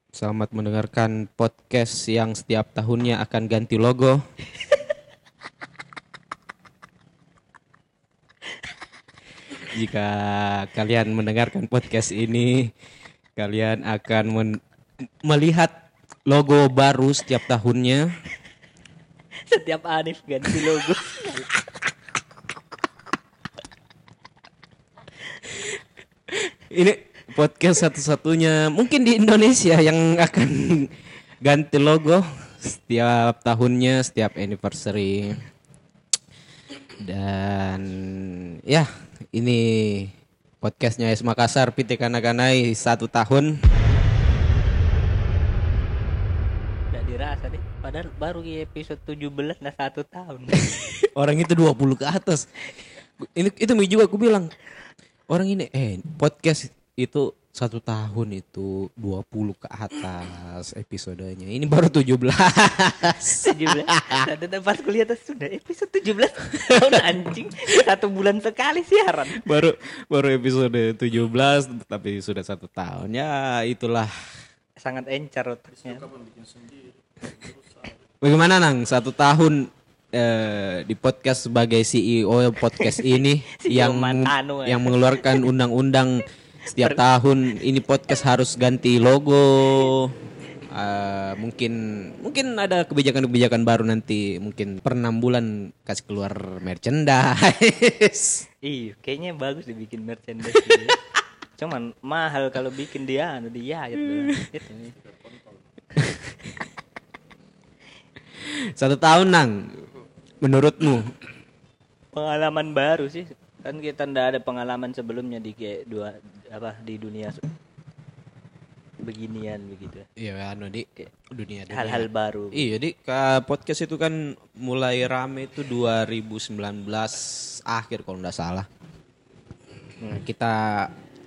Selamat mendengarkan podcast yang setiap tahunnya akan ganti logo. Jika kalian mendengarkan podcast ini, kalian akan melihat logo baru setiap tahunnya. Setiap Anif ganti logo. Ini podcast satu-satunya mungkin di Indonesia yang akan ganti logo setiap tahunnya, setiap anniversary. Dan ya, ini podcastnya Es Makassar PT Kanaganai 1 tahun. Nggak dirasa deh. Padahal baru di episode 17 nah 1 tahun. Orang itu 20 ke atas. Ini itu juga aku bilang. Orang ini podcast itu 1 tahun itu 20 ke atas episodenya. Ini baru 17. 17. Dan pas kuliah tuh sudah episode 17 tahun anjing. 1 bulan sekali siaran. Baru episode 17 tapi sudah 1 tahun. Ya itulah. Sangat encar otaknya. Bagaimana Nang 1 tahun di podcast sebagai CEO podcast ini yang mengeluarkan undang-undang setiap tahun ini podcast harus ganti logo. Mungkin ada kebijakan-kebijakan baru nanti, mungkin per 6 bulan kasih keluar merchandise. Iya, kayaknya bagus dibikin merchandise gitu. Cuman mahal kalau bikin dia ya gitu. 1 tahun Nang, menurutmu? Pengalaman baru sih. Kan kita ndak ada pengalaman sebelumnya di kayak di dunia beginian begitu. Iya, di dunia. Hal-hal baru. Iya, di podcast itu kan mulai rame itu 2019 akhir kalau nggak salah. Kita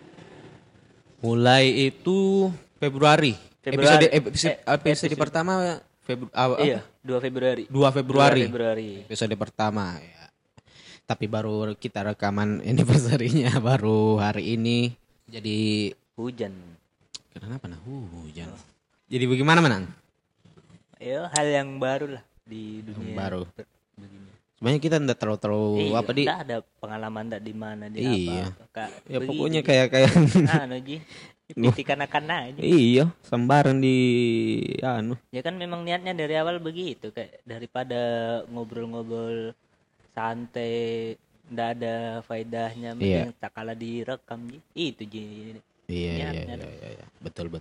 mulai itu Februari. Episode pertama iya, 2 Februari. 2 Februari. Episode pertama ya. Tapi baru kita rekaman anniversary-nya baru hari ini. Jadi hujan. Kenapa hujan? Jadi bagaimana Menang? Ya, hal yang baru lah di dunia. Baru. Sebenarnya kita enggak terlalu apa di enggak ada pengalaman enggak di mana di iya. apa. Ya pokoknya kayak Ji. Dipitikan-akan aja. Iya, sembarang di Ya kan memang niatnya dari awal begitu, kayak daripada ngobrol-ngobrol santai ndak ada faedahnya, mending tak kalah direkam itu Ji. Iya. Betul.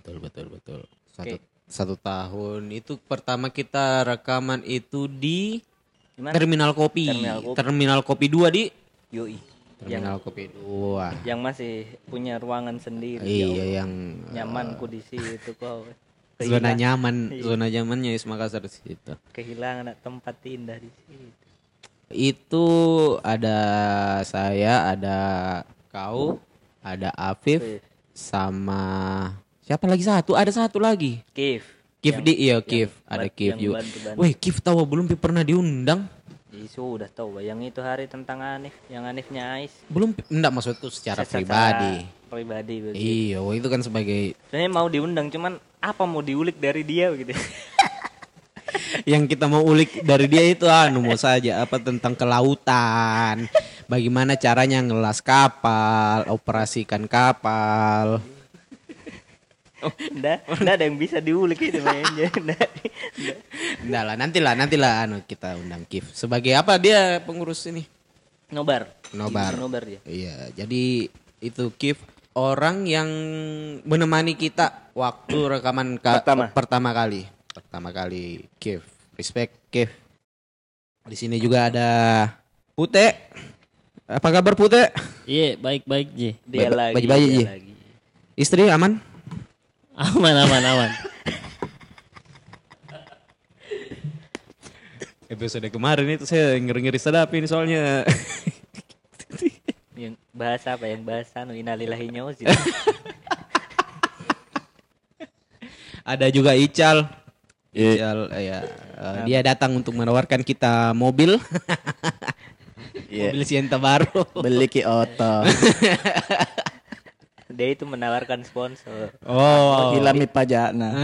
1 tahun itu pertama kita rekaman itu di Terminal Kopi 2 di Yoi. Terminal Kopi 2 yang masih punya ruangan sendiri. Iya, yang nyamanku di situ kok. Zona nyamannya Es Makassar di situ. Kehilangan tempat indah di situ. Itu ada saya, ada kau, ada Afif, sama siapa lagi Ada satu lagi. Kif. Ada Kif juga. Weh, Kif tahu belum pernah diundang? Sudah tahu yang itu hari tentang Anif, yang Anifnya Ais. Belum, enggak maksudku secara pribadi begitu. Iya, itu kan sebagai sebenarnya mau diundang, cuman apa mau diulik dari dia gitu. Yang kita mau ulik dari dia itu mau saja apa tentang kelautan. Bagaimana caranya ngelas kapal, operasikan kapal. Nggak ada yang bisa diulik itu mainnya. Nggak lah, nantilah kita undang Kif. Sebagai apa dia pengurus ini? Nobar dia. Iya, jadi itu Kif orang yang menemani kita waktu rekaman pertama kali Kif. Respect Kif. Di sini juga ada Pute. Apa kabar Pute? Iya, baik Ji. Dia lagi. Istri aman? Aman. Episode kemarin itu saya ngeri-ngeri sedap ini soalnya. Yang bahasa apa? Yang bahasa innalillahi nyauzi. Ada juga Ical. Dia datang untuk menawarkan kita mobil. Mobil Sienta baru. Beli Ki Oto. dia itu menawarkan sponsor. Oh, hilami pajakna.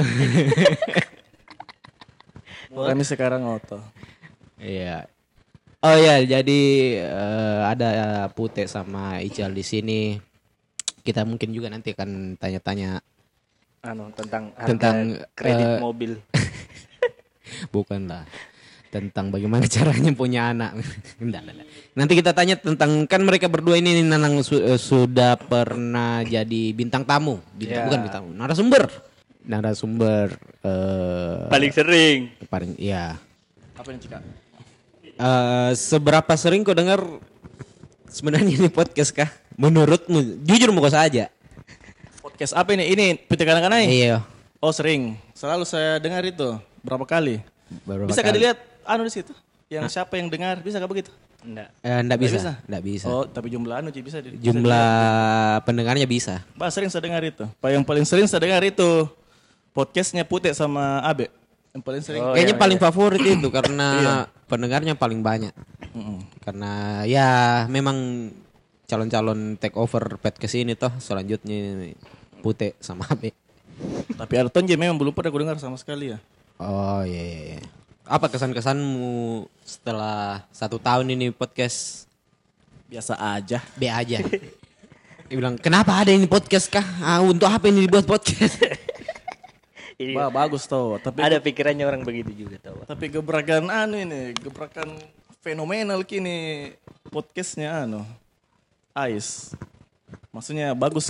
Kami sekarang oto. Iya. Oh ya, jadi ada Pute sama Ical di sini. Kita mungkin juga nanti akan tanya-tanya tentang kredit mobil. Bukan lah. Tentang bagaimana caranya punya anak. Enggak. Nanti kita tanya tentang, kan mereka berdua ini Nanang sudah pernah jadi bintang tamu, bukan bintang tamu, narasumber paling sering. Iya. Apa yang Cika? Seberapa sering kau dengar sebenarnya ini podcast kah? Menurutmu, jujur mau saja. Podcast apa ini? Ini Putih Kanak-Kanak? Iya. Oh sering, selalu saya dengar itu. Berapa kali? Bisa kah dilihat di situ? Yang siapa yang dengar, bisa kah begitu? Enggak bisa. Oh, tapi jumlah bisa. Jumlah pendengarnya bisa. Sering saya dengar itu. Yang paling sering saya dengar itu podcastnya Putih sama Abe. Yang paling sering. Kayaknya paling favorit itu karena pendengarnya paling banyak. Karena ya memang calon-calon take over podcast ini toh selanjutnya Putih sama Abe. Tapi ada tonje memang belum pernah aku dengar sama sekali ya. Oh iya. Apa kesan-kesanmu setelah 1 tahun ini podcast? Biasa aja. Be aja. Dia bilang, kenapa ada ini podcast kah? Untuk apa ini dibuat podcast? Bagus tau. Tapi ada pikirannya orang begitu juga tau. Tapi gebrakan gebrakan fenomenal kini podcastnya Ais. Maksudnya bagus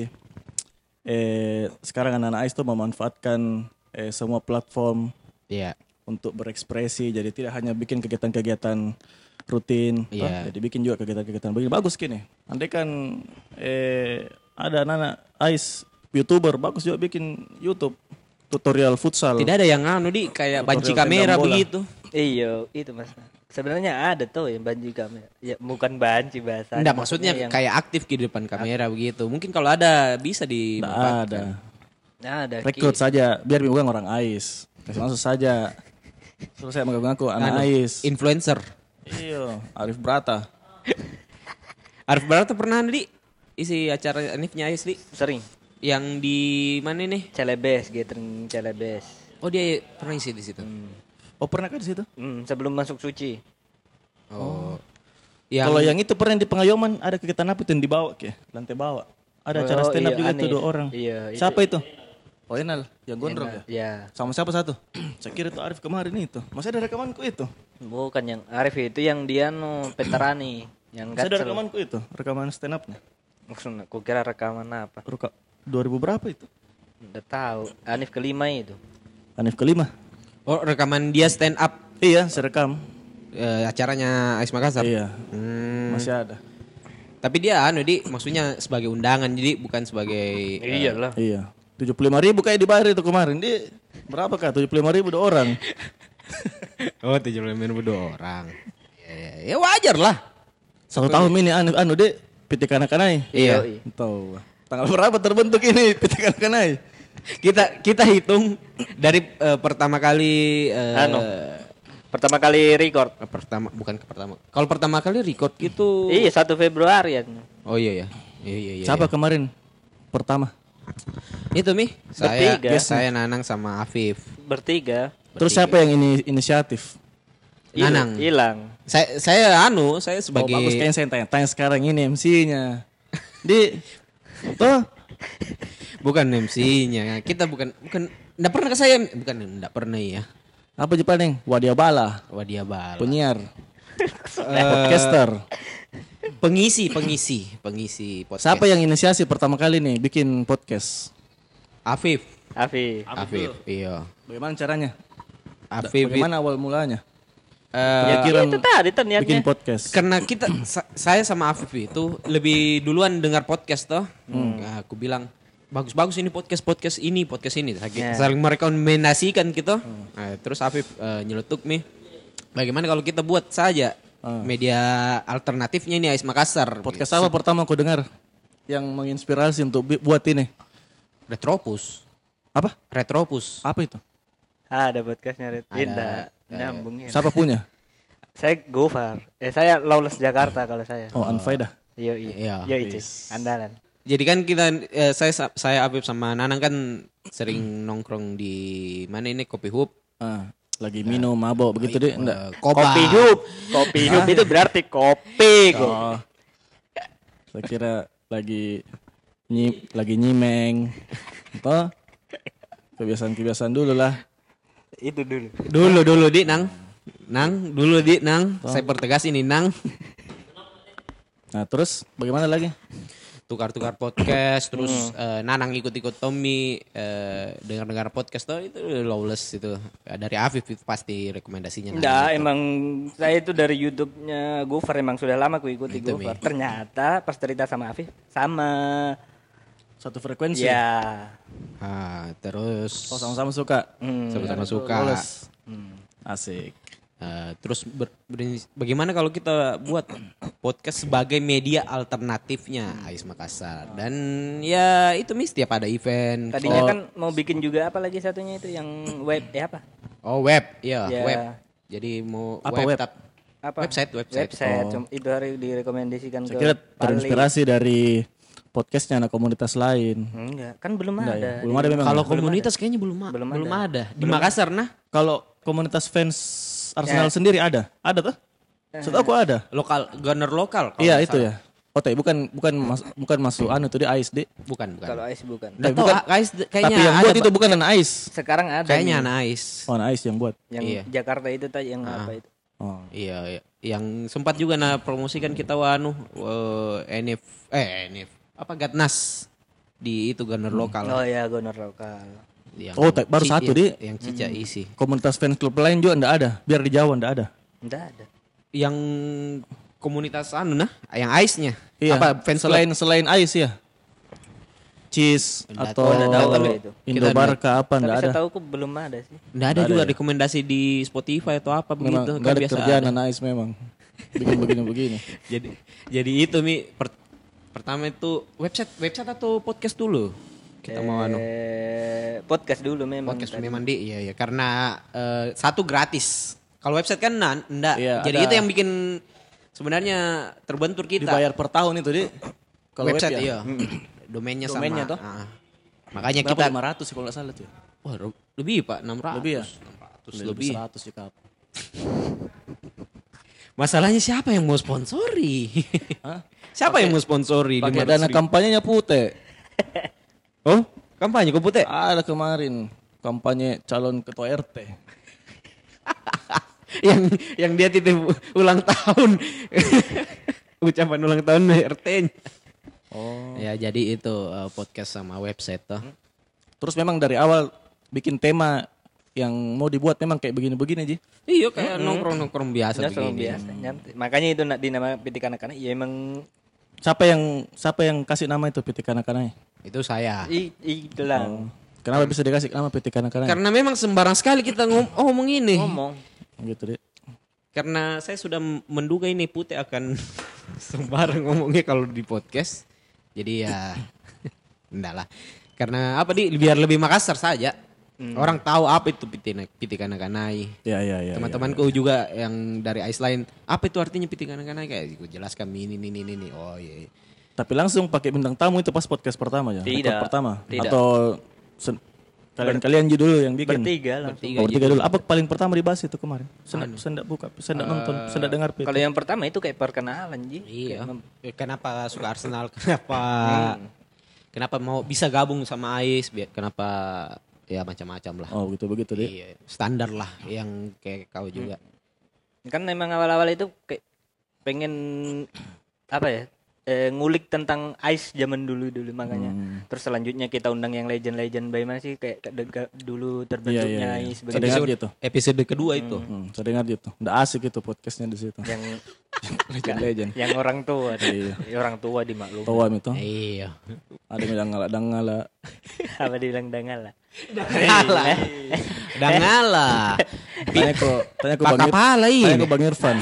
sekarang anak-anak Ais tuh memanfaatkan semua platform. Iya. Untuk berekspresi, jadi tidak hanya bikin kegiatan-kegiatan rutin, jadi bikin juga kegiatan-kegiatan begini. Bagus gini. Andai kan ada anak Ais YouTuber, bagus juga bikin YouTube tutorial futsal. Tidak ada yang kayak banci kamera begitu. Iya, itu Mas. Sebenarnya ada tuh yang banci kamera. Ya bukan banci bahasa. Enggak, maksudnya kayak aktif di depan kamera begitu. Mungkin kalau ada bisa dimanfaatkan. Ada. Rekrut saja, biar bukan orang Ais. Kasih masuk saja. Terus saya mengaku anak Ais. Influencer. Iya, Arif Brata. Arif Brata pernah isi acara Anifnya Ais Sering. Yang di mana nih? Celebes, gathering Celebes. Oh dia pernah isi di situ. Oh pernah kan di situ? Sebelum masuk suci. Oh. Kalau yang itu pernah di Pengayoman ada kegiatan apa itu yang dibawa lantai bawah. Ada acara stand up juga tuh 2 orang. Iya, siapa itu? Oh Enal, yang gondrong ya? Iya. Sama siapa satu? Saya kira itu Arif kemarin itu. Masih ada rekamanku itu. Bukan yang Arif itu yang dia Peterani. Yang masih ada rekamanku itu, rekaman stand up-nya. Maksudnya, aku kira rekaman apa? 2000 berapa itu? Udah tahu. Anif kelima itu. Anif kelima. Oh rekaman dia stand up. Iya, saya rekam. Acaranya Ais Makassar. Iya. Masih ada. Tapi dia maksudnya sebagai undangan, jadi bukan sebagai. Iyalah. Iya. 75.000 kayak dibayar itu kemarin. Dia berapa kah? 75.000 2 orang. Oh 75.000 2 orang. Ya wajar lah. 1 tahun ini deh PT Kanak-Kanak. Iya. Tahu. Tanggal berapa terbentuk ini PT Kanak-Kanak? Kita hitung dari pertama kali pertama kali record. Kalau pertama kali record itu Iya 1 Februari ya. Oh iya. Iya. Siapa kemarin pertama? Itu saya Nanang sama Afif. Bertiga. Terus siapa yang inisiatif? Nanang. Hilang. Saya sebagai bagus kayaknya saya tanya sekarang ini MC-nya. Tuh bukan MC-nya. Kita bukan enggak pernah ke saya. Bukan enggak pernah ya. Apa Jepang nih? Wadiabala. Penyiar. Podcaster. Pengisi podcast. Siapa yang inisiasi pertama kali nih bikin podcast? Afif. Iya. Bagaimana caranya? Afif. Bagaimana awal mulanya? Itu tadi niatnya. Bikin podcast. Karena saya sama Afif itu lebih duluan dengar podcast toh. Nah, aku bilang bagus ini podcast ini. Saling merekomendasikan gitu. Nah, terus Afif nyeletuk nih. Bagaimana kalau kita buat saja media alternatifnya ini Ais Makassar. Podcast apa pertama aku dengar yang menginspirasi untuk buat ini? Retropus. Apa? Retropus. Apa itu? Ada podcastnya Indah. Nyambungin. Siapa punya? Saya Gofar. Saya Lawless Jakarta kalau saya. Oh, Anfaida. Iya. Itu. Andalan. Jadi kan kita saya Afif sama Nanang kan sering nongkrong di mana ini Kopi Hub. Lagi minum mabok begitu deh. Kopi Hub. Kopi Hub itu berarti kopi kok. Oh. Saya kira lagi nyimeng. Apa? Kebiasaan dulu lah. Itu dulu. Dulu Dik Nang. Dulu Dik Nang. Saya pertegas ini Nang. Nah, terus bagaimana lagi? Tukar-tukar podcast terus Nanang ikut-ikut Tommy dengar-dengar podcast tuh itu lawless itu dari Afif itu pasti rekomendasinya. Enggak, emang saya itu dari YouTube-nya Gofar emang sudah lama aku ikuti Gofar. Ternyata pas cerita sama Afif sama satu frekuensi. Ya. Terus sama-sama suka. Sama-sama suka. Asik. Terus bagaimana kalau kita buat podcast sebagai media alternatifnya Ais Makassar dan ya itu setiap ada event. Tadinya kan mau bikin juga apa lagi satunya itu yang web apa? Oh web, ya web. Jadi mau apa web? Apa? Website. Itu hari direkomendasikan ke. Saya kira terinspirasi dari podcastnya anak komunitas lain. Enggak, kan belum ada. Ya? Belum ada memang. Kalau komunitas kayaknya belum ada. Di Makassar nah. Kalau komunitas fans Arsenal sendiri ada tuh? Setahu aku ada. Gunner lokal. Iya itu ya. Tapi bukan masuk itu dia AIS deh. Bukan. Kalau AIS bukan. AIS kayaknya tapi yang buat itu bukan anak AIS. Sekarang ada. Kayaknya anak AIS. Oh, anak AIS yang buat. Yang Jakarta itu tadi yang apa itu? Oh. Iya. Yang sempat juga promosikan kita NF Gatnas di itu Gunner lokal. Oh iya Gunner lokal. Baru satu deh. Yang Cica isi. Komunitas fans klub lain juga enggak ada. Biar di Jawa enggak ada. Enggak ada. Yang komunitas yang AIS-nya. Iya. Apa fans selain AIS ya? Cheese atau Indobarka apa enggak ada. Saya tahu belum ada sih. Enggak ada juga rekomendasi di Spotify atau apa begitu. Enggak ada kerjaan anak AIS memang. Bikin begini. Jadi itu pertama itu website atau podcast dulu. Kita mau podcast dulu memang. Podcast memang iya karena satu gratis. Kalau website kan enggak. Iya, jadi itu yang bikin sebenarnya terbentur kita. Dibayar per tahun itu deh. Kalau website iya. Domainnya sama. Toh? Makanya berapa, kita 500 sih kalau enggak salah tuh. Wah, lebih Pak, 600. Lebih ya? 600 lebih. 100 sih Kak. Masalahnya siapa yang mau sponsori? Siapa yang mau sponsori? Pakai dana kampanyenya Putih. Oh, kampanye ke Putih? Ada kemarin kampanye calon ketua RT. yang dia titip ulang tahun. Ucapan ulang tahun RT-nya. Oh. Ya, jadi itu podcast sama website toh. Terus memang dari awal bikin tema yang mau dibuat memang kayak begini-begini aja. Iya, kayak nongkrong-nongkrong biasa begini. Makanya itu dinama Pitik Anak-anak. Ya emang Siapa yang kasih nama itu Pitik Anak-anak? Itu saya. Itulah. Kenapa bisa dikasih nama Pitik Anak-anak? Karena memang sembarang sekali kita ngomong ini. Gitu deh. Karena saya sudah menduga ini Putih akan sembarang ngomongnya kalau di podcast. Jadi ya enggak lah. Karena apa biar lebih Makassar saja. Orang tahu apa itu Pitik Anak-anak. Iya. Teman-temanku juga yang dari Iceland, apa itu artinya Pitik Anak-anak? Kayak gue jelaskan ini. Oh iya. Tapi langsung pakai bintang tamu itu pas podcast pertama ya? Tidak. Pertama? Tidak. Atau kalian dulu yang bikin? Bertiga dulu. Apa paling pertama dibahas itu kemarin? Saya enggak nonton, saya enggak dengar. Kalau yang pertama itu kayak perkenalan Ji. Iya. Kenapa suka Arsenal? Kenapa mau bisa gabung sama Ais? Kenapa ya macam-macam lah. Oh begitu deh. Iya, standar lah yang kayak kau juga. Kan memang awal-awal itu kayak pengen apa ya? Ngulik tentang Ais zaman dulu makanya. Terus selanjutnya kita undang yang legend bagaimana sih kayak dulu terbentuknya Ais begitu. Episode kedua itu. Saya dengar gitu. Udah asik itu podcastnya di situ. Yang legend. Yang orang tua. Orang tua dimaklum. Tua itu. Iya. Ada yang dangala. Apa dibilang dangala? Dangala. Tanya ke Bang Irfan.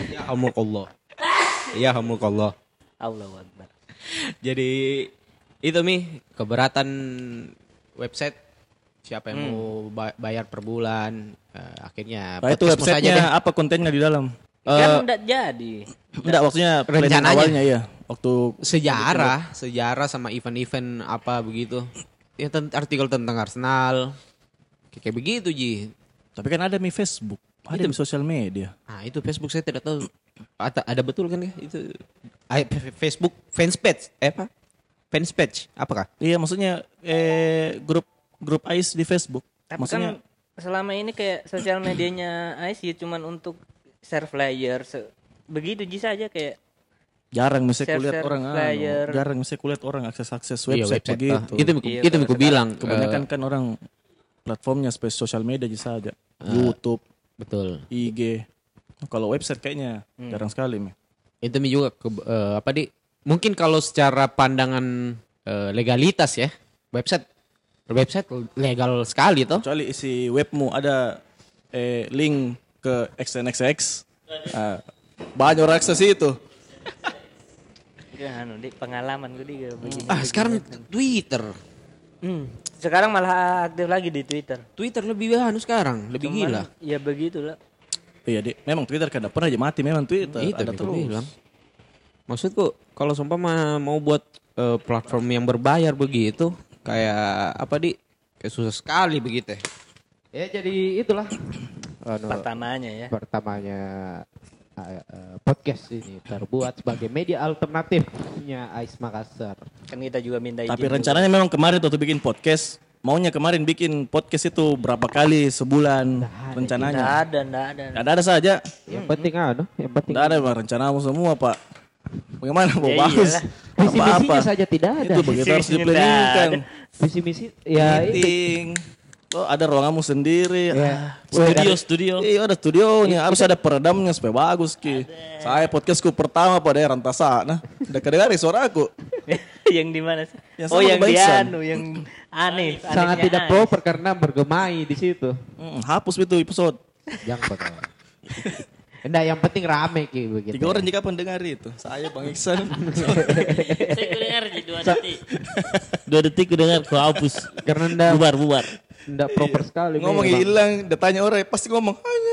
Ya hamukallah. Allahu Akbar. Jadi itu keberatan website siapa yang mau bayar per bulan akhirnya itu websitenya apa kontennya di dalam? Kan enggak jadi. Enggak, maksudnya Rencananya. awalnya ya. Waktu sejarah sama event-event apa begitu. Ya artikel tentang Arsenal. Kayak begitu Ji. tapi kan ada di Facebook, ada di sosial media. Nah itu Facebook saya tidak tahu. Ada betul kan ya itu Facebook fanspage apa? Fanspage apakah? Iya maksudnya grup AIS di Facebook. Tapi Maksudnya kan selama ini kayak sosial medianya AIS ya cuman untuk share flyer begitu saja kayak jarang mesti Share kulihat orang flyer. jarang mesti kulihat orang akses Iya, website begitu. Itu aku bilang Kebanyakan kan orang platformnya space sosial media saja. YouTube, betul. IG. Kalau website kayaknya jarang sekali. Itu juga mungkin kalau secara pandangan legalitas ya website legal sekali toh. Kecuali isi webmu ada link ke XNXX. Banyak orang akses itu. di pengalaman gue juga begini. Sekarang Twitter. Sekarang malah aktif lagi di Twitter. Twitter lebih sekarang, lebih gila. Ya begitulah. Iya, memang Twitter kan pernah aja mati memang Twitter. Itu ada aku terus. bilang. Maksudku kalau seumpama mau buat platform yang berbayar begitu kayak kayak susah sekali begitu. Ya jadi itulah Pertamanya podcast ini terbuat sebagai media alternatifnya AIS Makassar. Kan kita juga minta izin. Tapi rencananya memang kemarin waktu bikin podcast, maunya kemarin bikin podcast itu berapa kali sebulan rencananya. Nggak ada. Ada saja. Yang penting Tidak ada bang, rencanamu semua pak. Bagaimana mau Ya bahas? iyalah. visi-misinya saja tidak ada. Itu begitu harus Visi-misinya diplaningkan. Visi misi ya itu. Meeting. Oh, ada ruanganmu sendiri. Ya. Studio. Iya ada studionya, harus ada peredamnya supaya bagus ki. Saya podcastku pertama pada Rantasana. Udah kedengar suara aku. Yang di mana sih? Yang Oh sama yang di Baiksan. yang aneh. Sangat anehnya tidak AIS. proper karena bergemai di situ. Hapus itu episode. Jangan betul. Enggak, yang penting rame ki begitu. 3 orang jika pendengar itu. Saya Bang Iksan. Saya kudengar di 2 detik. 2 detik kudengar kau hapus. Karena enggak Bubar. enggak proper sekali. Ngomong memang. hilang, dia tanya orang pasti ngomong.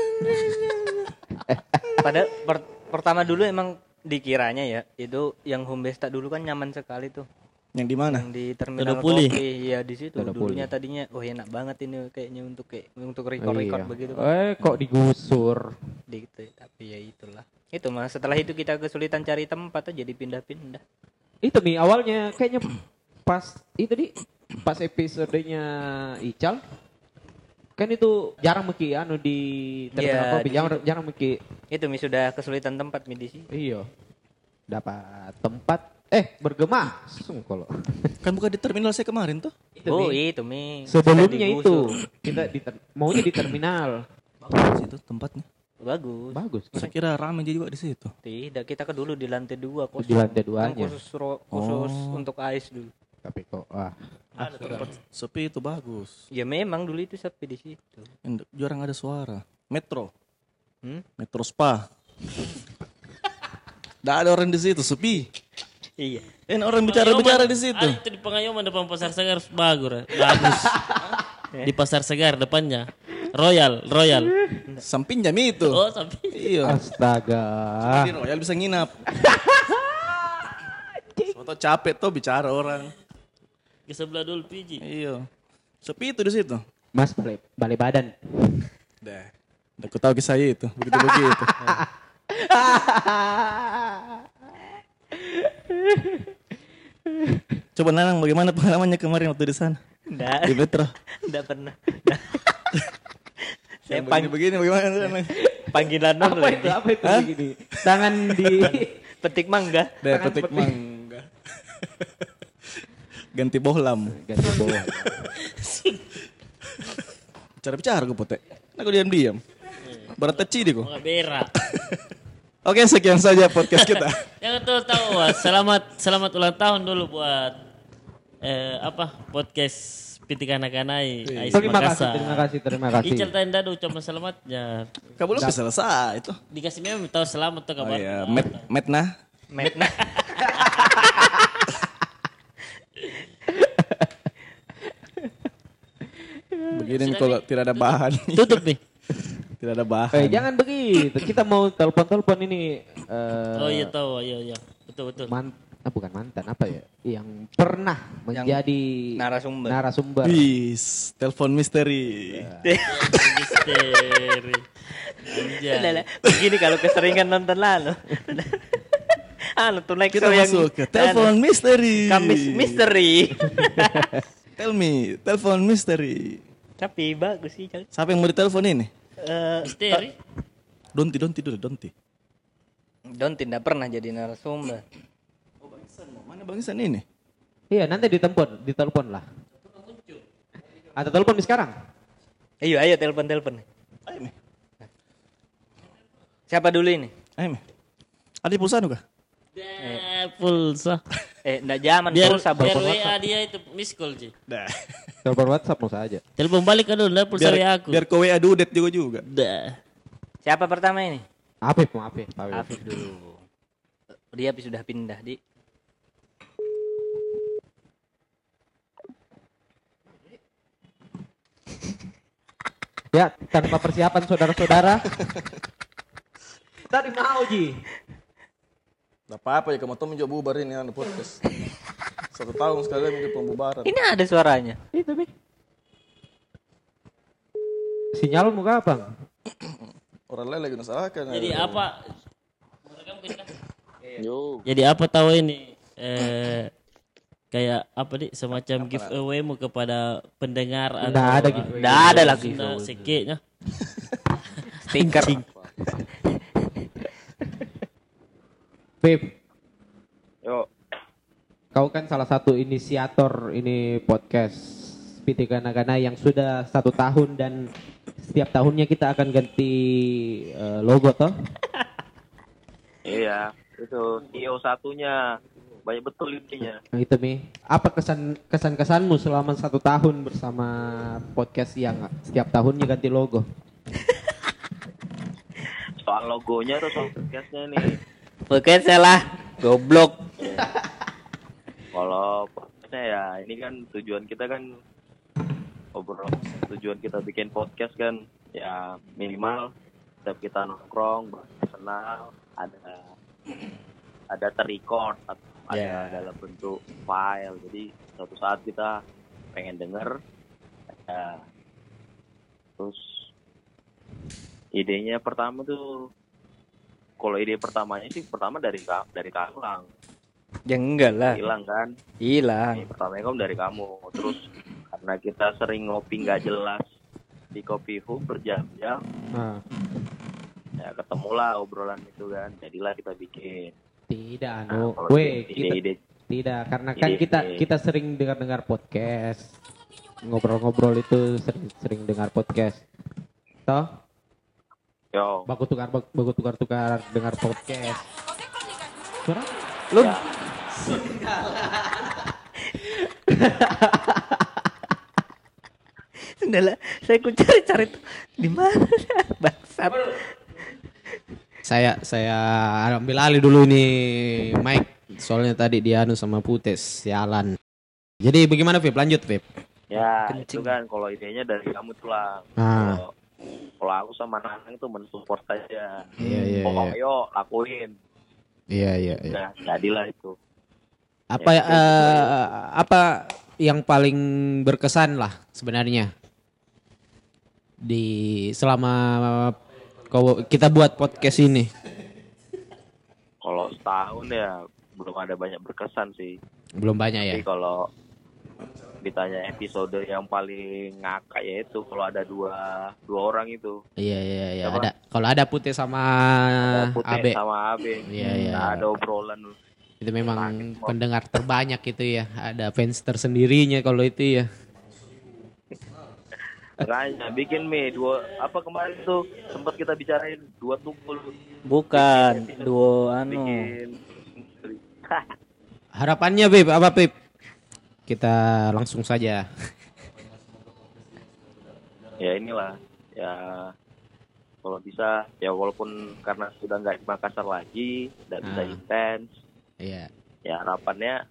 Padahal pertama dulu emang dikiranya ya itu yang home base tak dulu kan nyaman sekali tuh. Yang di mana? Yang di terminal Todopuli. kopi ya di situ. Dulunya Todopuli. tadinya enak banget ini kayaknya untuk record begitu kan. Kok digusur? Gitu, tapi ya itulah. Itu mah setelah itu kita kesulitan cari tempat aja jadi pindah-pindah. Itu Mi awalnya kayaknya pas episodenya Ical kan itu jarang meki di terminal Iya, kopi di jarang meki. Itu Mi sudah kesulitan tempat Mi di sini. Iya. Dapat tempat bergema kalau. Kan bukan di terminal saya kemarin tuh. Itu Mi. Sebelumnya Sudah itu digusur. kita maunya di terminal. Bagus itu tempatnya. Bagus. Saya kira ramai juga di situ. Tidak, kita ke dulu di lantai 2 kosong. Di lantai 2 Kan aja. khusus untuk AIS dulu. Tapi kok Ada tempat sepi itu bagus. Ya memang dulu itu sepi di situ. Jarang ada suara. Metro. Hmm? Metro Spa. Nggak ada orang di situ, sepi. Iya. Orang bicara di situ. Itu di Pengayoman depan Pasar Segar bagus. Di Pasar Segar depannya. Royal. Samping jam itu. Oh, sampai. Iya. astaga. Di Royal bisa nginap. Foto capek tuh bicara orang. Ke sebelah dulu Piji. Iya. Sepi itu di situ. Mas balik badan. Udah aku tahu kisah itu. Begitu. Coba Nanang bagaimana pengalamannya kemarin waktu di sana? Di Metro. Enggak pernah. Saya Saya begini bagaimana Nanang? panggilan dulu ini. Apa itu begini? Tangan di Petik mangga. Deh petik mangga. Ganti bohlam. ganti bawah. Bicara gue potek. Aku diam-diam. Barat teci deh kok. Enggak berak. Oke, sekian saja podcast kita. Yang tahu selamat ulang tahun dulu buat podcast Pitik Anak-Anai AIS Terima Makassar. kasih. Ical tanda ucapan selamatnya. Kamu belum bisa selesai itu. Dikasih meme tahu selamat tuh Oh kabar. iya, Metna. Metna. Begini nih kalau tidak ada bahan. Tutup nih. Tidak ada bahan. Jangan begitu. Kita mau telepon ini. Oh iya tahu, iya. Betul. Bukan mantan, apa ya? Yang pernah menjadi narasumber. Bis, telepon misteri. Misteri. Anjay. Begini kalau keseringan nonton lalu. Tuh next Kita masuk ke telepon misteri. Kamis misteri. Tell me, telepon misteri. Tapi bagus sih. Siapa yang mau ditelepon ini? Misteri. Donti dulu, Donti. Don tidak pernah jadi narasumber. Oh, Bang Isan, mana Bang Isan ini? Iya, nanti ditelepon lah. Atau telepon sekarang? Ayo telepon. Ayo, Mi. Siapa dulu ini? Ayo, Mi. Ada pulsa kah? Pulsa. Enggak zaman pulsa. Biar WA dia itu miss call sih. Dah. Telepon WhatsApp mau saja. Telepon balik kan dulu, pulsa WA aku. Biar kau WA dudet juga. Dah. Siapa pertama ini? Afif. Afif dulu. Dia sudah pindah di. Ya, tanpa persiapan saudara-saudara. Tadi mau Ji. Gak apa-apa ya, kamu tuh mencoba bubar ini ada podcast. 1 tahun sekali menjadi pembubaran. Ini ada suaranya. Itu Mi. Sinyal muka apa? Orang lain lagi nusahakan. Jadi apa? Jadi apa tahu ini? Kayak apa nih semacam giveaway mu kepada pendengar atau ada giveaway. Nggak ada lagi. Sikitnya. Stiker. Pip. Yo. Kau kan salah satu inisiator ini podcast PT Gana-Gana yang sudah 1 tahun dan setiap tahunnya kita akan ganti logo toh? Iya, itu CEO satunya banyak betul intinya. Nah, itu Mi. Apa kesanmu selama 1 tahun bersama podcast yang setiap tahunnya ganti logo? Soal logonya atau soal podcastnya nih? Podcast lah. Goblok. Kalau podcastnya ya ini kan tujuan kita kan tujuan kita bikin podcast kan ya minimal setiap kita nongkrong personal ada terrecord atau ada dalam bentuk file, jadi suatu saat kita pengen denger ya. Terus idenya pertama tuh, kalau ide pertamanya sih dari kamu lang. Ya enggak lah. Hilang kan? Hilang. Ini pertamanya kan dari kamu. Terus karena kita sering ngopi nggak jelas di Kopi Hub berjam-jam, ya ketemulah obrolan itu kan. Jadilah kita bikin. Tidak, tidak, karena kan kita sering dengar podcast, ngobrol-ngobrol itu sering dengar podcast, toh? Yo. Baku tukar dengar podcast. Suara? Lu? Ya. Sudahlah, saya cari di mana bangsat. Saya ambil alih dulu nih Mike, soalnya tadi dia sama Putes sialan. Jadi bagaimana Vip? Lanjut Vip. Ya kencing. Itu kan kalau idenya dari kamu tuh lah. Kalau aku sama Nanang itu mensupport aja. Iya. Ayo lakuin. Iya. Nah, jadilah itu. Apa yang paling berkesan lah sebenarnya di selama kita buat podcast ini? Kalau setahun ya belum ada banyak berkesan sih. Belum banyak ya. Tapi kalau ditanya episode yang paling ngakak ya itu kalau ada dua orang itu. Iya. Ada. Kalau ada Putih sama Abe. Iya. Nah, ada obrolan. Itu memang pendengar terbanyak itu ya. Ada fans tersendirinya kalau itu ya. Makanya bikin kemarin tuh sempat kita bicarain 2 tukul. Bukan, 2 Harapannya Beb, apa Beb? Kita langsung saja. Ya inilah, ya kalau bisa ya walaupun karena sudah nggak di Makassar lagi, nggak bisa intens. Iya. Ya harapannya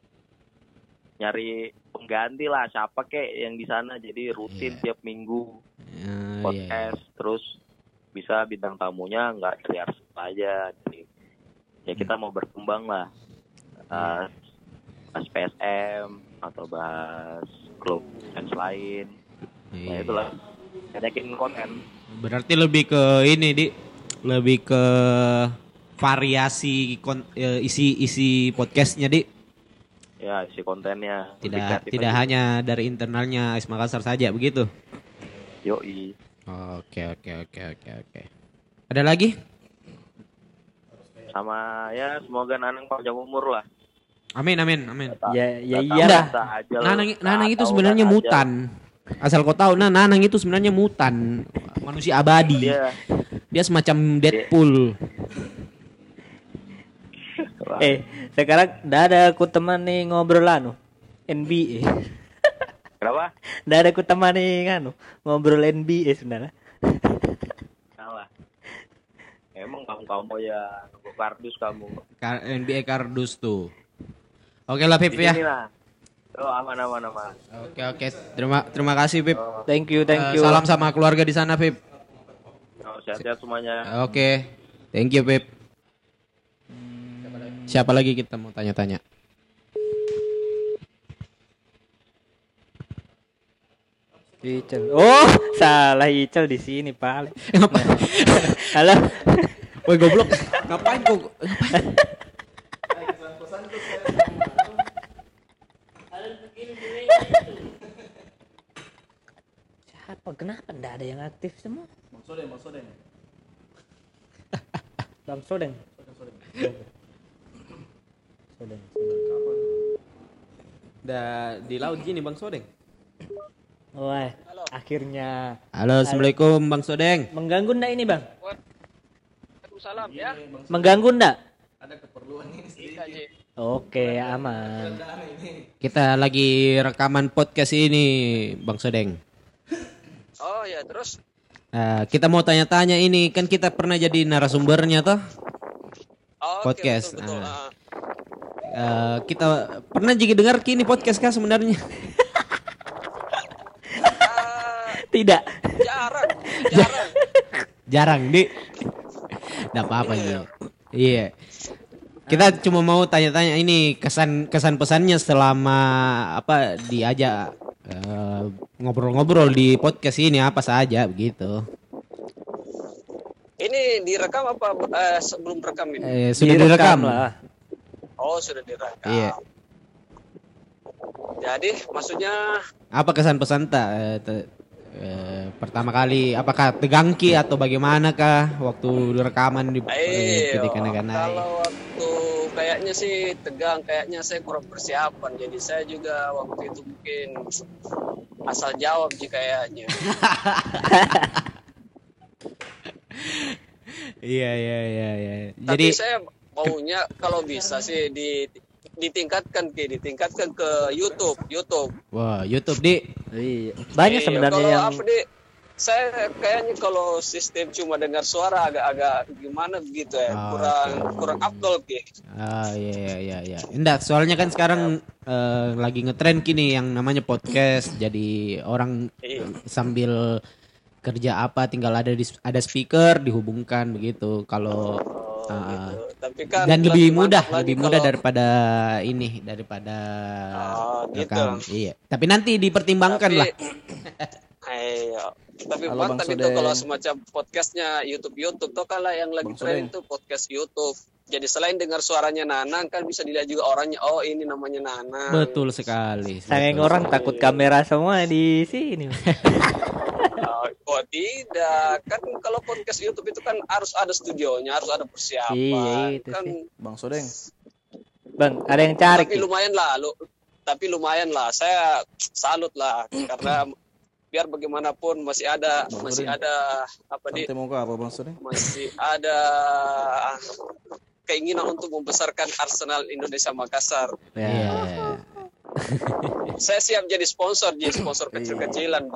nyari pengganti lah, siapa kek yang di sana, jadi rutin tiap minggu podcast. Terus bisa bintang tamunya nggak dari Arsenal aja. Jadi ya kita mau berkembang lah, bahas PSM atau bahas klub fans lain. Ya itulah, banyakin konten. Berarti lebih ke ini lebih ke variasi isi podcastnya Ya, isi kontennya. Tidak hanya dari internalnya AS Makassar saja begitu. Yoi. Oke. Ada lagi? Sama ya semoga Nanang panjang umur lah. Amin. Ya iya. Nanang itu sebenarnya mutan. Asal kau tahu, Nanang itu sebenarnya mutan, manusia abadi. Dia semacam Deadpool. Sekarang udah ada aku temani ngobrol NBA. Kenapa? Udah ada aku temani ngobrol NBA sebenarnya. Salah. Emang kamu ya kardus kamu. NBA kardus tuh. Oke lah Pip ya. Oh, aman. Oke. Terima kasih Pip. Thank you. Salam sama keluarga di sana Pip. Sehat-sehat semuanya. Oke. Thank you Pip. Siapa lagi kita mau tanya-tanya? Icel. Oh, salah Icel di sini paling. Halo. Woi goblok. Ngapain kok? Siapa? Kenapa enggak ada yang aktif semua? Bang Sodeng. Udah di laut gini Bang Sodeng. Wah, akhirnya. Halo, Assalamualaikum Bang Sodeng. Mengganggu enggak ini Bang? Waalaikumsalam ya. Mengganggu enggak? Ada keperluan ini. Oke, aman. Kita lagi rekaman podcast ini Bang Sodeng. Oh ya, terus? Kita mau tanya-tanya ini, kan kita pernah jadi narasumbernya toh? Podcast. Betul. Kita pernah juga dengar kini podcast kah sebenarnya? Tidak. Jarang Nggak apa-apa gitu. Iya. Kita cuma mau tanya-tanya ini kesan pesannya selama diajak ngobrol-ngobrol di podcast ini apa saja begitu. Ini direkam apa sebelum rekam ini? Sudah direkam lah. Oh, sudah direkam. Iya. Jadi maksudnya apa kesan pesan pertama kali apakah tegangki atau bagaimanakah waktu rekaman di ketika naik? Kalau waktu kayaknya sih tegang, kayaknya saya kurang persiapan. Jadi saya juga waktu itu mungkin asal jawab sih kayaknya. Iya. Tapi saya maunya kalau bisa sih ditingkatkan ke YouTube. Wah, YouTube Banyak sebenarnya yang saya kayaknya kalau sistem cuma dengar suara agak gimana begitu ya, kurang afdol gitu. Iya. Enggak, soalnya kan sekarang lagi ngetren kini yang namanya podcast. Jadi orang sambil kerja tinggal ada speaker dihubungkan begitu. Kalau Tapi kan dan lebih mudah daripada gitu. Iya. Tapi nanti dipertimbangkan lah. Tapi mantap itu kalau semacam podcastnya YouTube tuh kan lah yang lagi tren itu podcast YouTube. Jadi selain dengar suaranya Nanang kan bisa dilihat juga orangnya. Oh, ini namanya Nanang. Betul sekali. Saking orang takut kamera semua di sini. Oh tidak, kan kalau podcast YouTube itu kan harus ada studionya, harus ada persiapan. Iya, itu kan sih. Bang Sodeng. Bang, ada yang cari. Tapi lumayan lah, saya salut lah karena biar bagaimanapun masih ada Bang Sodeng? masih ada keinginan untuk membesarkan Arsenal Indonesia Makassar. Iya. Saya siap jadi sponsor kecil-kecilan.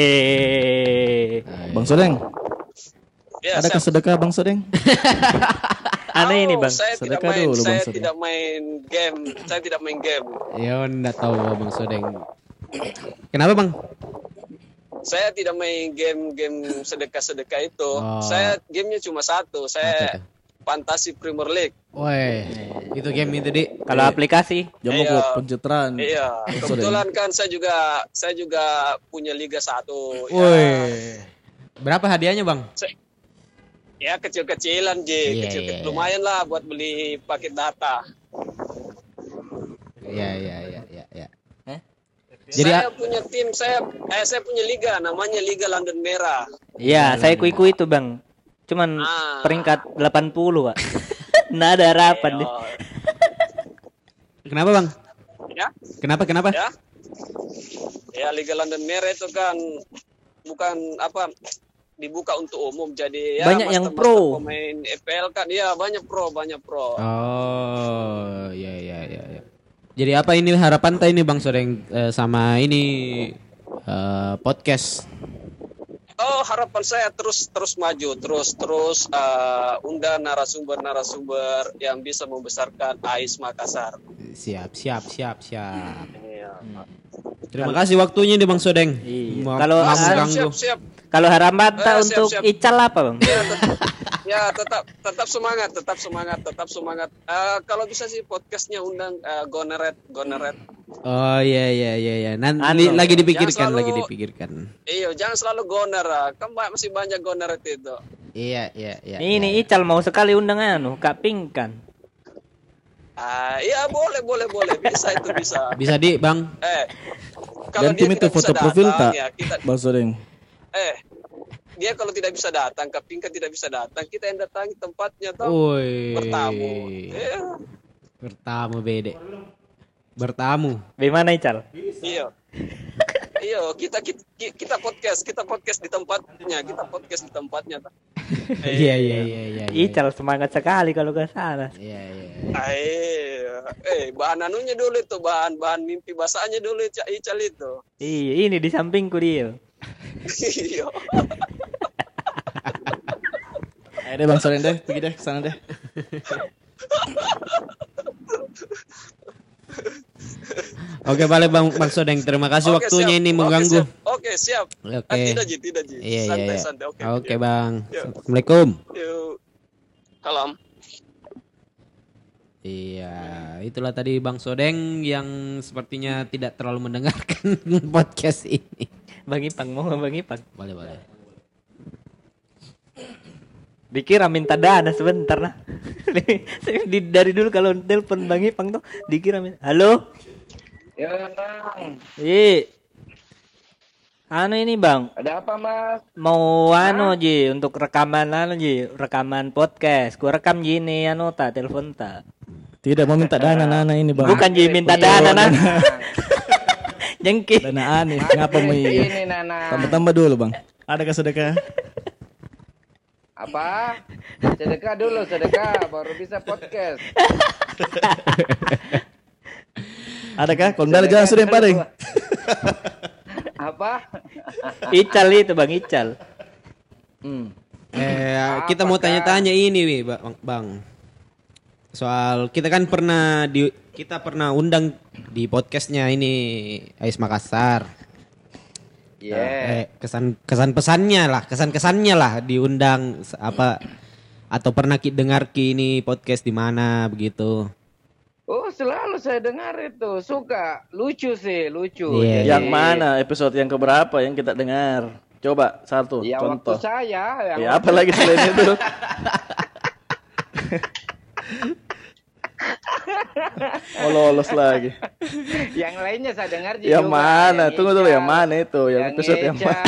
Bang Sodeng. Ya, Adakah sedekah Bang Sodeng? Aneh ini Bang. Saya tidak main game. Ya, enggak tahu Bang Sodeng. Kenapa Bang? Saya tidak main game sedekah itu. Saya gamenya cuma satu. Saya Fantasi Premier League. Woi, itu game itu Kalau aplikasi? Jamok pencitraan. Iya. Kebetulan kan saya juga punya Liga 1. Woi. Berapa hadiahnya bang? Ya kecil-kecilan kecil. Lumayan lah buat beli paket data. Iya. Jadi saya punya tim, saya punya liga, namanya Liga London Merah. Iya, saya ikut itu bang. Cuman peringkat 80 Pak. Nggak ada harapan deh. Kenapa bang? Ya. Kenapa? Ya Liga London Merah itu kan bukan dibuka untuk umum, jadi ya banyak yang pro. Pemain EPL kan, ya banyak pro. Oh, iya. Jadi apa ini harapan ini Bang Sodeng sama ini podcast? Oh, harapan saya terus maju, terus undang narasumber yang bisa membesarkan AIS Makassar. Siap. Iya. Terima kasih waktunya nih Bang Sodeng. Kalau siap. Kalau harapan untuk siap. Ical apa Bang? Ya tetap semangat. Kalau bisa sih podcastnya undang Goneret. Oh iya. Nanti lagi dipikirkan. Iya, jangan selalu goner. Kan masih banyak Goneret itu. Iya. Ini Ical mau sekali undang Kak Pink kan. Iya boleh. Bisa. Bisa Bang. Kalau dia itu foto profil tak? Ya, Bang Sodeng. Dia kalau tidak bisa datang, Kak Pinka tidak bisa datang, kita yang datangi tempatnya toh. Bertamu. Bertamu Bertamu. Bagaimana Ical? Iya, kita podcast di tempatnya, toh. Iya. Ical semangat sekali kalau ke sana. Iya. Bahan anunya dulu itu, bahan mimpi basahnya dulu Ical itu. Iya, ini di sampingku dia. Iya. Ayo deh Bang Sodeng deh, pergi deh ke sana deh. Oke, balik Bang Sodeng. Terima kasih waktunya ini mengganggu. Oke, siap. Tidak Ji. Santai. Oke, Bang. Assalamualaikum. Salam. Iya, itulah tadi Bang Sodeng yang sepertinya tidak terlalu mendengarkan podcast ini. Bang Ipang. Boleh. Dikira minta dana sebentar lah. Dari dulu kalau telepon Bang Ipang tuh dikira minta. Halo? Ya Bang. Ini Bang. Ada apa Mas? Mau Ji untuk rekaman rekaman podcast. Ku rekam gini telepon tak. Tidak mau minta dana Nana ini Bang. Bukan Ji minta dana Nana. Jengki. Dana aneh. Ngapa mau ini Nana? Tambah dulu Bang. Adakah sedekah? Apa? Sedekah baru bisa podcast. Adakah? Kalau jangan sudah yang paling. Apa? Ical itu Bang Ical. Kita mau tanya-tanya ini Bang. Soal kita kan pernah undang di podcastnya ini AIS Makassar. Kesan-kesannya lah diundang apa atau pernah dengar ini podcast di mana begitu? Oh, selalu saya dengar itu. Suka, lucu. Yeah. Yang mana episode yang keberapa yang kita dengar? Coba satu ya, contoh. Waktu saya. Ya apa lagi selain itu? Lolos lagi. Yang lainnya saya dengar juga. Yang mana? Tunggu dulu, yang mana itu? Yang episode yang mana?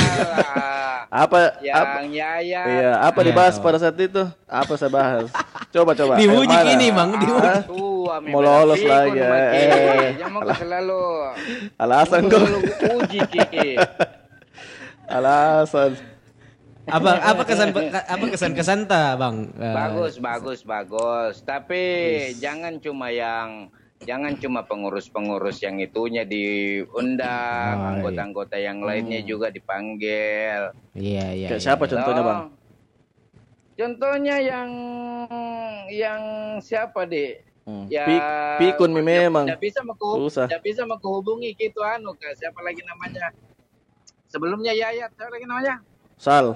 Yang Yaya. Iya, apa dibahas pada saat itu? Apa saya bahas? Coba. Diuji ini Bang, diuji. Mau lolos lagi. Jangan selalu. Alasan kok. Uji Kiki. Alasan. Apa kesan ta Bang? Bagus. Tapi jangan cuma pengurus-pengurus yang itunya diundang, anggota-anggota yang lainnya juga dipanggil. Iya. Kayak siapa contohnya Bang? Contohnya yang siapa Ya, Pikun memang. Tidak bisa menghubungi gitu Kak. Siapa lagi namanya? Sebelumnya Yayat, siapa lagi namanya? Sal.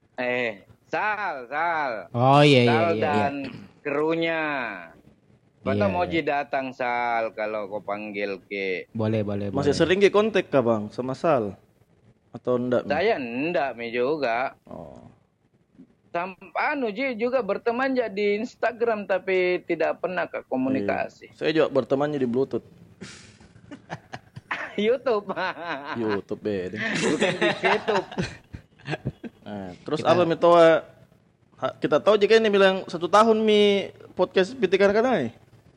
Sal. Oh iya Sal iya. dan krunya. Kata Iya. Moji datang Sal kalau kau panggil ke. Boleh. Masih sering ke kontak kah Bang sama Sal? Atau enggak? Saya enggak Mi juga. Oh. Ji juga berteman di Instagram tapi tidak pernah ke komunikasi. Iya. Saya juga bertemannya di Bluetooth. YouTube. YouTube beda. Bukan di YouTube. Nah, terus apa Mitoa? Kita tahu jika ini bilang 1 tahun mi podcast Pitikan Kanai.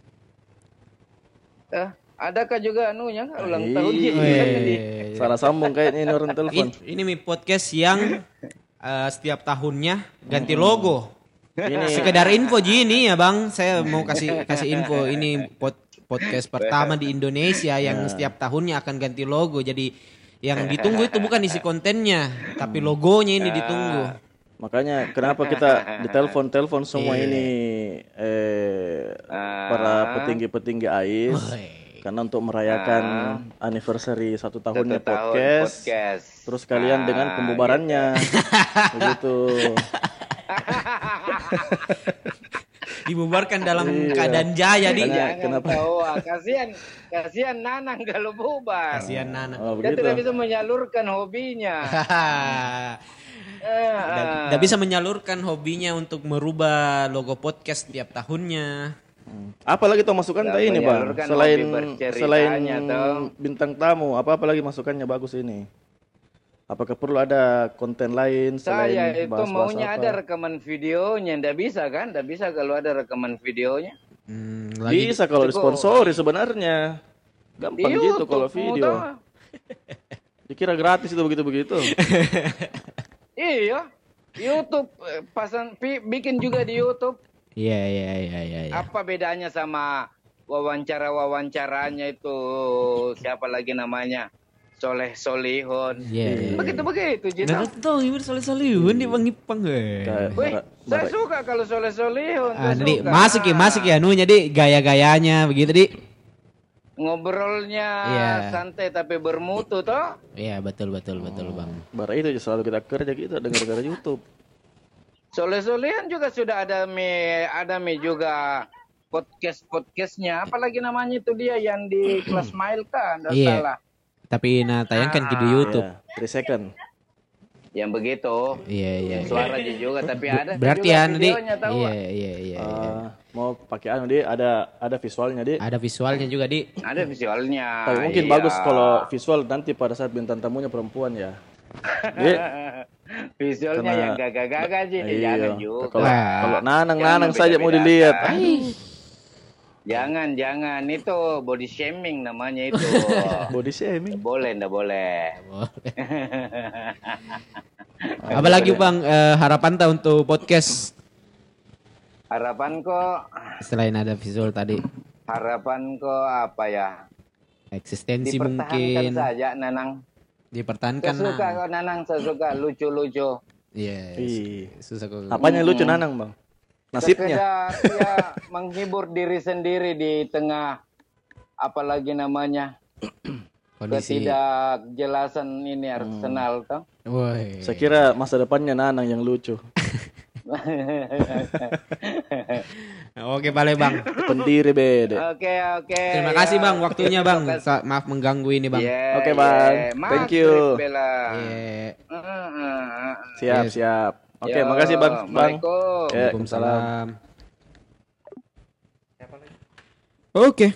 Adakah juga anunya ulang tahun Salah sambung kayaknya ini orang telepon. Ini mi podcast yang setiap tahunnya ganti logo. Ini Sekedar info Ji ya Bang, saya mau kasih info ini podcast pertama di Indonesia yang setiap tahunnya akan ganti logo. Jadi yang ditunggu itu bukan isi kontennya, tapi logonya ini ditunggu. makanya kenapa kita ditelepon semua ini para petinggi-petinggi AIS. Karena untuk merayakan anniversary 1 tahunnya podcast. Terus kalian dengan pembubarannya. Begitu. Dibubarkan dalam keadaan jaya di. Kenapa? Kasihan Nanang kalau bubar. Kasihan Nanang. Dia tidak bisa menyalurkan hobinya. Tidak bisa menyalurkan hobinya untuk merubah logo podcast tiap tahunnya. Apalagi tuh masukan tadi ini Bang, selain bintang tamu, apa lagi masukannya bagus ini? Apakah perlu ada konten lain selain saya itu maunya apa? ada rekaman videonya, ndak bisa kan? Ndak bisa kalau ada rekaman videonya. Bisa kalau disponsori sebenarnya, gampang gitu kalau video. Dikira gratis itu begitu. Iya, YouTube bikin juga di YouTube. Iya. Apa bedanya sama wawancaranya itu siapa lagi namanya? Soleh Solihun. Iya. Begitu Jita. Nah, tahu gimana Soleh Solihun di Bang Ipang Saya suka kalau Soleh Solihun. Jadi masuk ya anunya di gaya-gayanya begitu di. Ngobrolnya santai tapi bermutu toh? Iya, betul Bang. Bara itu selalu kita kerja gitu dengar YouTube. Soleh Solihan juga sudah ada juga podcastnya. Apalagi namanya itu dia yang di kelas mile kan? Salah. Tapi tayangkan di YouTube. 3 second. Yang begitu. Iya. Suara juga tapi ada. Berarti juga di. videonya tahu. Iya. Mau pakai di ada visualnya di. Ada visualnya juga di. Ada visualnya. Tapi mungkin bagus kalau visual nanti pada saat bintang tamunya perempuan ya. Visualnya yang gagah-gagah aja jangan juga. Kalau nanang saja mau dilihat. Jangan itu body shaming namanya itu. Body shaming. Ndak boleh. Apalagi Bang harapan tak untuk podcast? Harapan kok Selain ada visual tadi. Harapan kok apa ya? Eksistensi mungkin. Saja Nanang. Dipertahankan. Saya suka kok Nanang, saya suka lucu-lucu. Iya. Susah kok. Apanya lucu Nanang Bang? Nasibnya. Sekedar menghibur diri sendiri di tengah apalagi namanya kondisi ketidakjelasan ini Arsenal toh. Saya kira masa depannya Nanang yang lucu. Oke, boleh Bang. Pendiri beda. Oke. Terima kasih Bang waktunya Bang. Maaf mengganggu ini Bang. Oke Bang. Thank you. Siap. Oke, makasih Bang. Waalaikumsalam. Oke.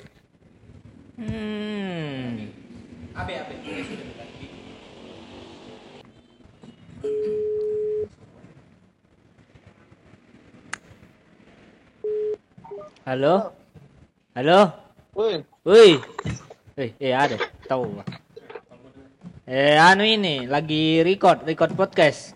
Halo. Woi. Ada. Tahu. Ini lagi record podcast.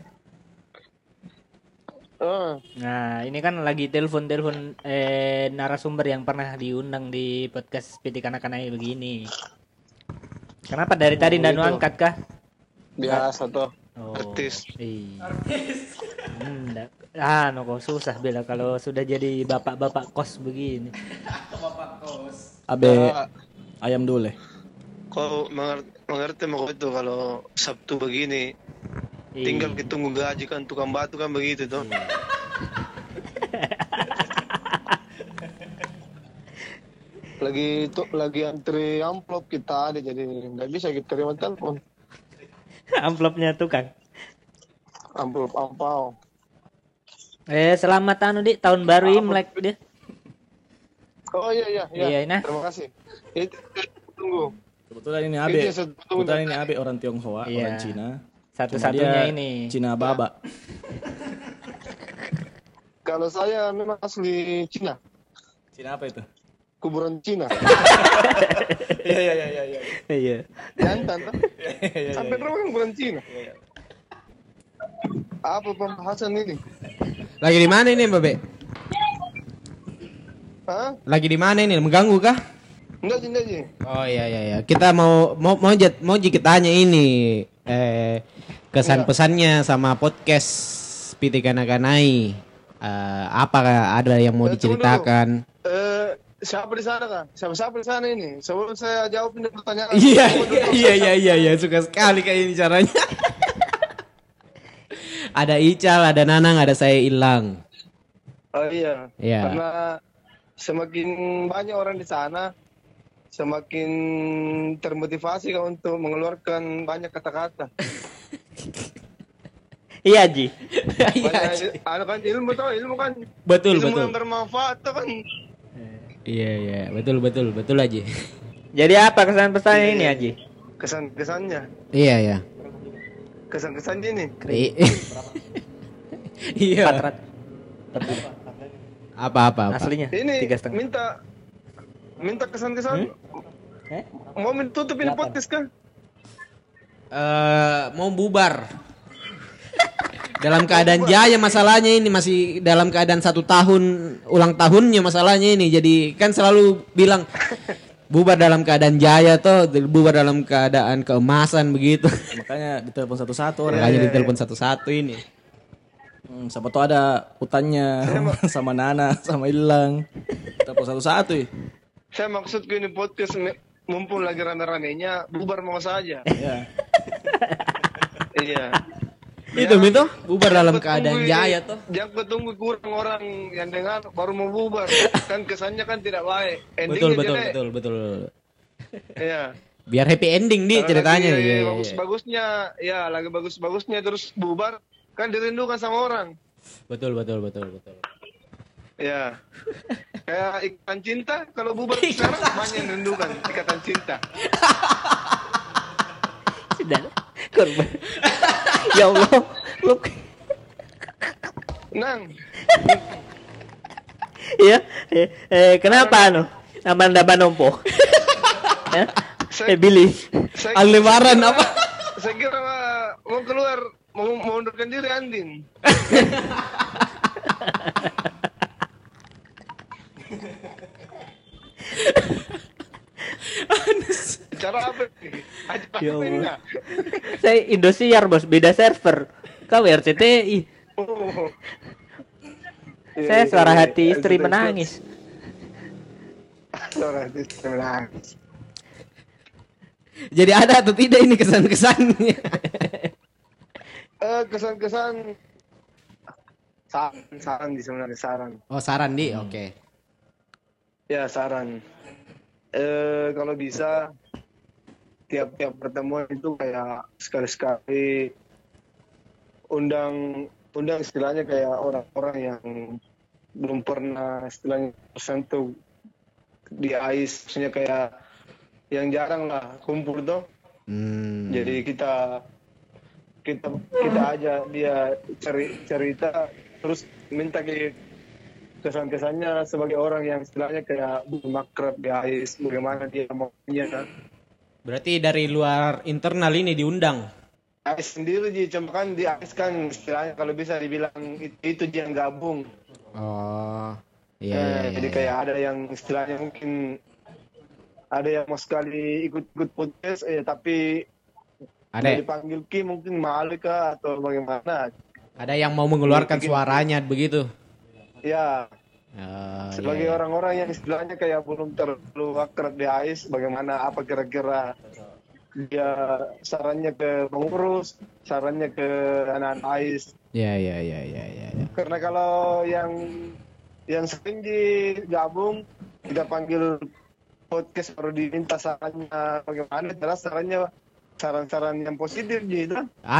Nah, ini kan lagi telepon narasumber yang pernah diundang di podcast PT Kanak-Kanai begini. Kenapa dari tadi ndak angkat kah? Biasa tuh. Artis. Kok susah bela kalau sudah jadi bapak-bapak kos begini. Abe ayam dulu. kau mengerti mau itu kalau Sabtu begini tinggal kita tunggu gaji kan tukang batu kan begitu tuh. lagi antri amplop kita ada jadi nggak bisa kita terima telepon. Amplopnya tukang. Amplop ampau. Selamat Dik tahun baru Imlek dia. Oh iya. Nah. Terima kasih. Itu tunggu. Kebetulan ini Abe orang Tionghoa, orang Cina. Satu-satunya ini. Cina Baba. Kalau saya memang asli Cina. Cina apa itu? Kuburan Cina. Iya. Jantan tuh. Sampai berapa kuburan Cina? Apa pembahasan ini? Lagi di mana ini, Babe? Hah? Lagi di mana ini? Mengganggu kah? Enggak sih. Oh iya. Kita mau kita tanya ini kesan-pesannya sama podcast PT Kana-Kanai. Apa ada yang mau diceritakan? Siapa di sana kan? Siapa di sana ini? Sebelum saya jawab ini pertanyaan. Iya. Suka sekali kayak ini caranya. Ada Ical, ada Nanang, ada saya Ilang. Oh iya. Iya. Karena semakin banyak orang di sana, semakin termotivasi kan untuk mengeluarkan banyak kata-kata. Iya, Ji. Ada kan ilmu kan. Betul. Ilmu yang bermanfaat kan. Iya, betul Aji. Jadi apa kesan-pesannya ini, Aji? Kesan-kesannya. Iya. Kesan-kesannya ini. Iya. Apa? Aslinya. Ini 3,5. minta kesan-kesan. Mau tutup ini podcast kan? Mau bubar. Dalam keadaan jaya masalahnya ini, masih dalam keadaan 1 tahun ulang tahunnya masalahnya ini. Jadi kan selalu bilang bubar dalam keadaan jaya toh, bubar dalam keadaan keemasan begitu. Makanya ditelepon satu-satu orang. Makanya ditelepon satu-satu ini. Siapa tahu ada utangnya sama Nana, sama Ilang. Telepon satu-satu ya. Saya maksudku ini podcast mumpung lagi rame-ramenya, bubar mau saja. Iya. Iya. Itu bubar dalam keadaan jaya toh. Jangan ketunggu kurang orang yang dengar baru mau bubar. Kan kesannya kan tidak baik. Betul. Iya. Biar happy ending ceritanya. Lagi bagus-bagusnya terus bubar kan dirindukan sama orang. Betul. Ya. Kayak ikatan cinta kalau bubar sekarang banyak yang rindukan ikatan cinta. Sudah korban. Ya Allah. Nang. Iya. Kenapa Amanda Banompo? Billy. Aldebaran apa? Saya kira mau keluar mau mundurkan diri Andin. Cara apa nih? Ya Allah. Saya Indosiar bos, beda server. Kau RCTI. Oh. Saya suara hati istri menangis. Suara hati istri menangis. Jadi ada atau tidak ini kesan-kesannya? Kesan-kesan saran di sebenarnya saran. Oh saran di, oke. Ya saran. Kalau bisa tiap pertemuan itu kayak sekali-sekali undang istilahnya kayak orang-orang yang belum pernah istilahnya tersentuh di AIS, maksudnya kayak yang jarang lah kumpul tuh. Jadi kita aja dia cerita terus minta kesan-kesannya sebagai orang yang istilahnya kayak belum akrab di AIS, bagaimana dia maunya kan. Berarti dari luar internal ini diundang? AIS sendiri cuma kan di AIS kan istilahnya kalau bisa dibilang itu dia yang gabung. Oh iya. Jadi kayak ada yang istilahnya mungkin ada yang mau sekali ikut podcast tapi ada dipanggil Ki mungkin malu kah atau bagaimana. Ada yang mau mengeluarkan suaranya begitu? Ya, Sebagai orang-orang yang istilahnya kayak belum terlalu akrab di AIS, bagaimana apa kira-kira dia sarannya ke pengurus, sarannya ke anak-anak AIS. Ya. Karena kalau yang sering digabung, kita panggil podcast baru diminta sarannya bagaimana, jelas saran-saran yang positif gitu.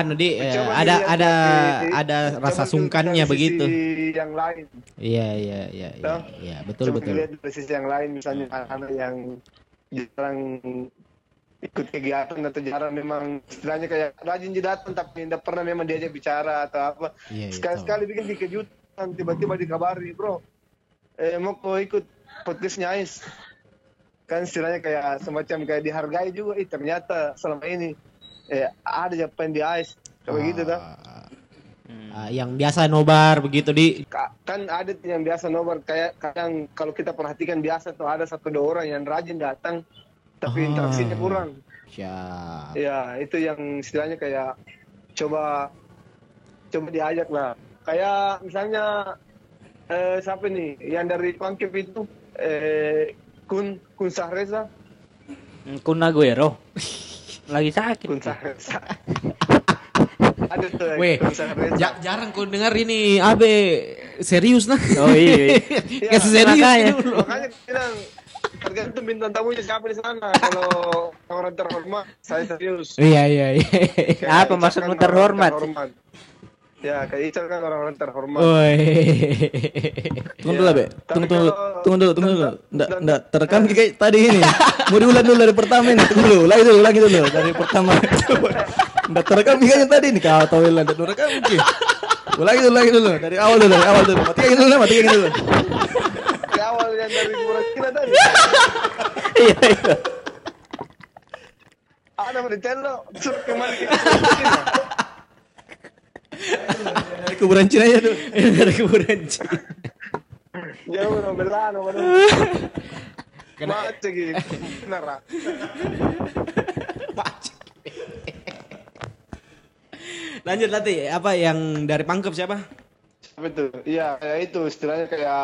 Ada rasa sungkannya begitu. Yang lain. Iya, betul. Lihat dari sisi yang lain, misalnya anak-anak yang jarang ikut kegiatan atau jarang memang istilahnya kayak rajin datang tapi tidak pernah memang diajak bicara atau apa. Sekali-sekali bikin dikejutan, tiba-tiba dikabari, bro, mau kau ikut podcastnya Ais. Kan istilahnya kayak semacam kayak dihargai juga. Ternyata selama ini ada Japan di Ais kayak begitu tuh. Yang biasa nobar begitu kan ada yang biasa nobar, kayak kadang kalau kita perhatikan biasa tuh ada 1-2 orang yang rajin datang tapi interaksinya kurang. Ya itu yang istilahnya kayak coba diajak lah. Kayak misalnya siapa nih yang dari Pangkep itu Kun Sahreza. Kun Aguero. Lagi sakit. Kun Sahreza. Ada tuh. Jarang ku dengar ini Abe serius nah. Oh iya. Kasih serius dulu. Makanya bilang tergantung bintang tamunya siapa di sana. Kalau orang terhormat, saya serius. Iya. Apa maksudmu terhormat? Ya, kayak Ical kan orang-orang terhormat. Tunggu dulu, Be. Tunggu dulu. Nggak terekam kayak tadi ini. Mau diulang dulu dari pertama ini. Tunggu dulu, lagi dulu dari pertama. Nggak terekam kayaknya tadi ini. Kau tahu lah, nggak terekam mungkin. Lagi dulu, dari awal dulu. Matikan dulu. Dari awal yang dari Burak kita tadi. Iya. Ada bercanda, suruh kembali ke dari kuburan Cina ya tuh. Dari kuburan Cina. Jauh no Belano. Macet gitu. Benar. Lanjut nanti apa yang dari Pangkep siapa? Siapa itu? Iya, kayak itu istilahnya kayak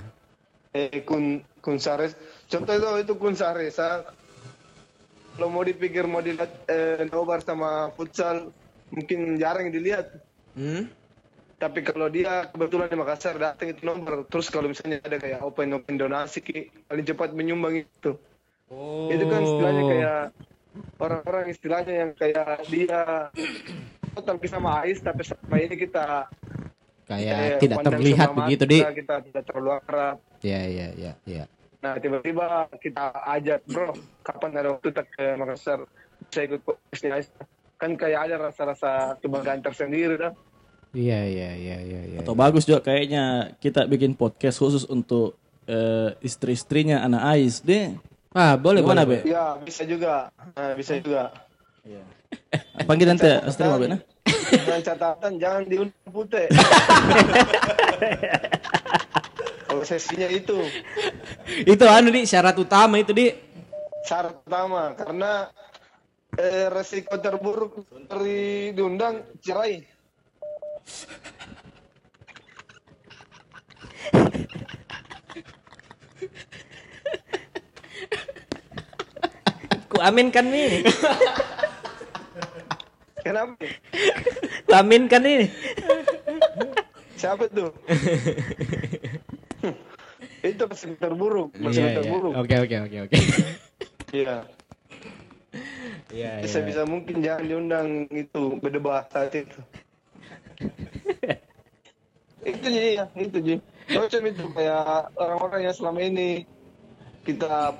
Kun Sares. Contoh itu Kun Sares. Kalau mau dipikir mau dilihat nobar sama futsal mungkin jarang dilihat. Tapi kalau dia kebetulan di Makassar datang itu nomor, terus kalau misalnya ada kayak open donasi paling cepat menyumbang itu. Itu kan istilahnya kayak orang-orang istilahnya yang kayak dia tapi sama Ais tapi sama ini kita kayak tidak terlihat begitu kita tidak terlalu akrab. Iya. Nah tiba-tiba kita ajak, bro, kapan ada waktu ke Makassar saya ikut podcastnya Ais. Kan kayak ada rasa-rasa kebanggaan tersendiri dah. Iya. Atau bagus juga kayaknya kita bikin podcast khusus untuk istri-istrinya anak Ais deh. Boleh. Be? Ya, bisa juga. Iya. Panggil nanti istri mau Be. Dengan catatan jangan diundang putih. Kalau sesinya itu. Itu syarat utama itu Syarat utama karena resiko terburuk dari diundang cerai. Ku aminkan ini. Kenapa? Ku aminkan ini. Siapa tuh? Itu resiko terburuk. Oke. Iya. Bisa mungkin jangan diundang itu berdebat saat itu. Itu Ji. Macam itu kayak orang-orang yang selama ini kita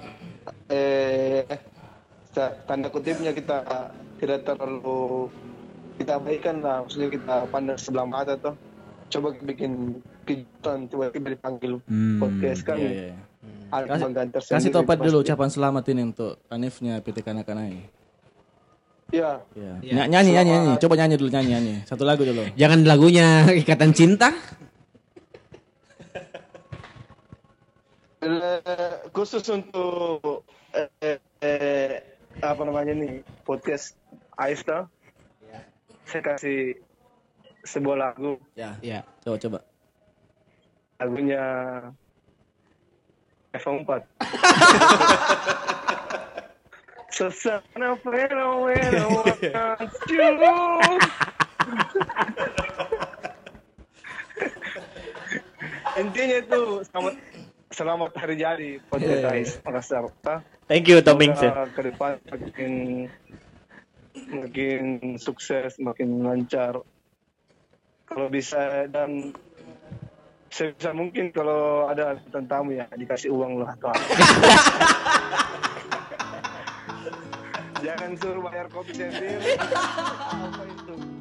tanda kutipnya kita tidak terlalu kita abaikan lah, maksudnya kita pandang sebelah mata tuh. Coba bikin kejutan tiba-tiba dipanggil podcast kan. Iya. Kasih tau dulu ucapan selamat ini untuk Hanifnya PT Kanak-Kanak ini. Iya. Nyanyi. Coba nyanyi dulu nyanyi. Satu lagu dulu. Jangan lagunya Ikatan Cinta. Khusus untuk apa namanya nih podcast Aista. Saya kasih sebuah lagu. Ya. Coba. Lagunya iPhone 4. Sesana fenomena intinya itu selamat hari jadi podcast Makassar. Thank you Toming. Ke depan makin sukses, makin lancar. Kalau bisa dan sebisa mungkin kalau ada tamu ya dikasih uang lah atau apa. Jangan suruh bayar kopi sendiri. Apa itu?